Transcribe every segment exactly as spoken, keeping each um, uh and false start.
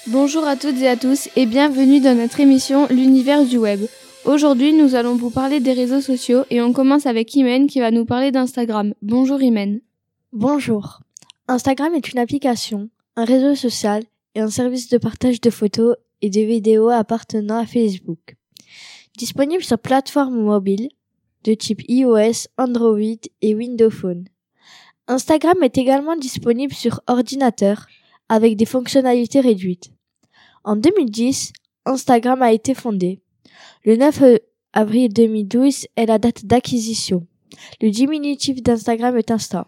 Bonjour à toutes et à tous et bienvenue dans notre émission L'univers du web. Aujourd'hui, nous allons vous parler des réseaux sociaux et on commence avec Imen qui va nous parler d'Instagram. Bonjour Imen. Bonjour. Instagram est une application, un réseau social et un service de partage de photos et de vidéos appartenant à Facebook. Disponible sur plateforme mobile de type iOS, Android et Windows Phone. Instagram est également disponible sur ordinateur avec des fonctionnalités réduites. En deux mille dix, Instagram a été fondé. Le neuf avril deux mille douze est la date d'acquisition. Le diminutif d'Instagram est Insta.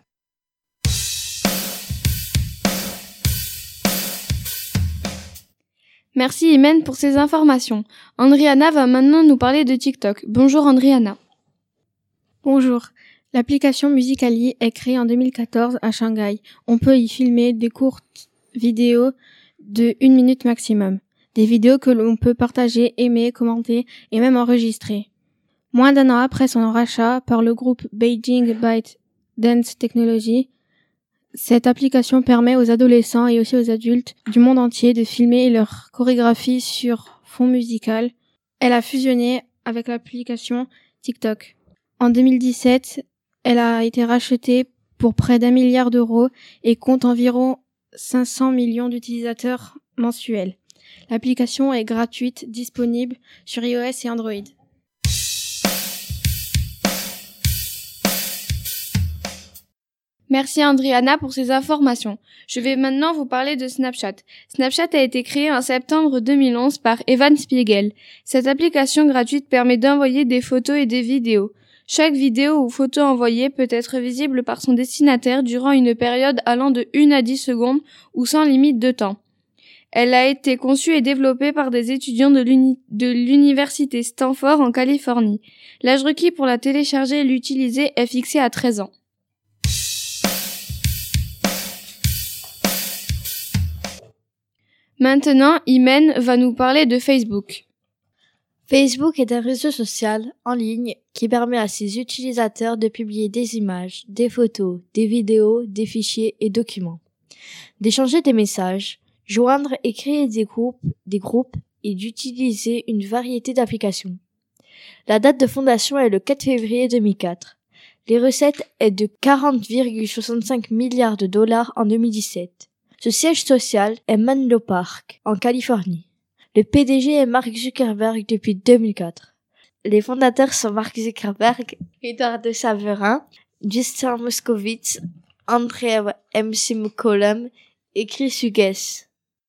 Merci Imen pour ces informations. Andriana va maintenant nous parler de TikTok. Bonjour Andriana. Bonjour. L'application Musical.ly est créée en deux mille quatorze à Shanghai. On peut y filmer des courtes vidéos de une minute maximum. Des vidéos que l'on peut partager, aimer, commenter et même enregistrer. Moins d'un an après son rachat par le groupe Beijing ByteDance Technology, cette application permet aux adolescents et aussi aux adultes du monde entier de filmer leur chorégraphie sur fond musical. Elle a fusionné avec l'application TikTok. En deux mille dix-sept, elle a été rachetée pour près d'un milliard d'euros et compte environ cinq cents millions d'utilisateurs mensuels. L'application est gratuite, disponible sur iOS et Android. Merci Andriana pour ces informations. Je vais maintenant vous parler de Snapchat. Snapchat a été créé en septembre deux mille onze par Evan Spiegel. Cette application gratuite permet d'envoyer des photos et des vidéos. Chaque vidéo ou photo envoyée peut être visible par son destinataire durant une période allant de une à dix secondes ou sans limite de temps. Elle a été conçue et développée par des étudiants de, l'uni- de l'université Stanford en Californie. L'âge requis pour la télécharger et l'utiliser est fixé à treize ans. Maintenant, Imen va nous parler de Facebook. Facebook est un réseau social en ligne qui permet à ses utilisateurs de publier des images, des photos, des vidéos, des fichiers et documents, d'échanger des messages, joindre et créer des groupes, des groupes et d'utiliser une variété d'applications. La date de fondation est le quatre février deux mille quatre. Les recettes est de quarante virgule soixante-cinq milliards de dollars en deux mille dix-sept. Ce siège social est Menlo Park, en Californie. Le P D G est Mark Zuckerberg depuis deux mille quatre. Les fondateurs sont Mark Zuckerberg, Eduardo Saverin, Justin Moskovitz, Andrew M C McCollum et Chris Hughes.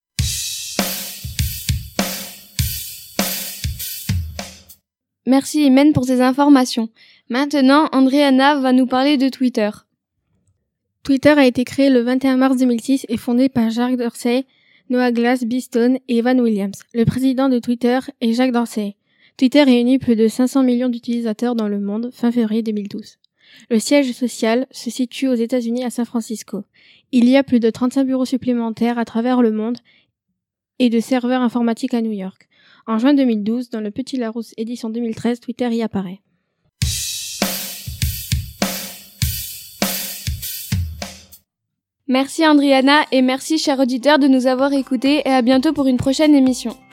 Merci Imen pour ces informations. Maintenant, Andriana va nous parler de Twitter. Twitter a été créé le vingt et un mars deux mille six et fondé par Jack Dorsey, Noah Glass, Beeston et Evan Williams. Le président de Twitter est Jack Dorsey. Twitter réunit plus de cinq cents millions d'utilisateurs dans le monde fin février deux mille douze. Le siège social se situe aux États-Unis à San Francisco. Il y a plus de trente-cinq bureaux supplémentaires à travers le monde et de serveurs informatiques à New York. En juin deux mille douze, dans le Petit Larousse édition deux mille treize, Twitter y apparaît. Merci Andriana et merci chers auditeurs de nous avoir écoutés et à bientôt pour une prochaine émission.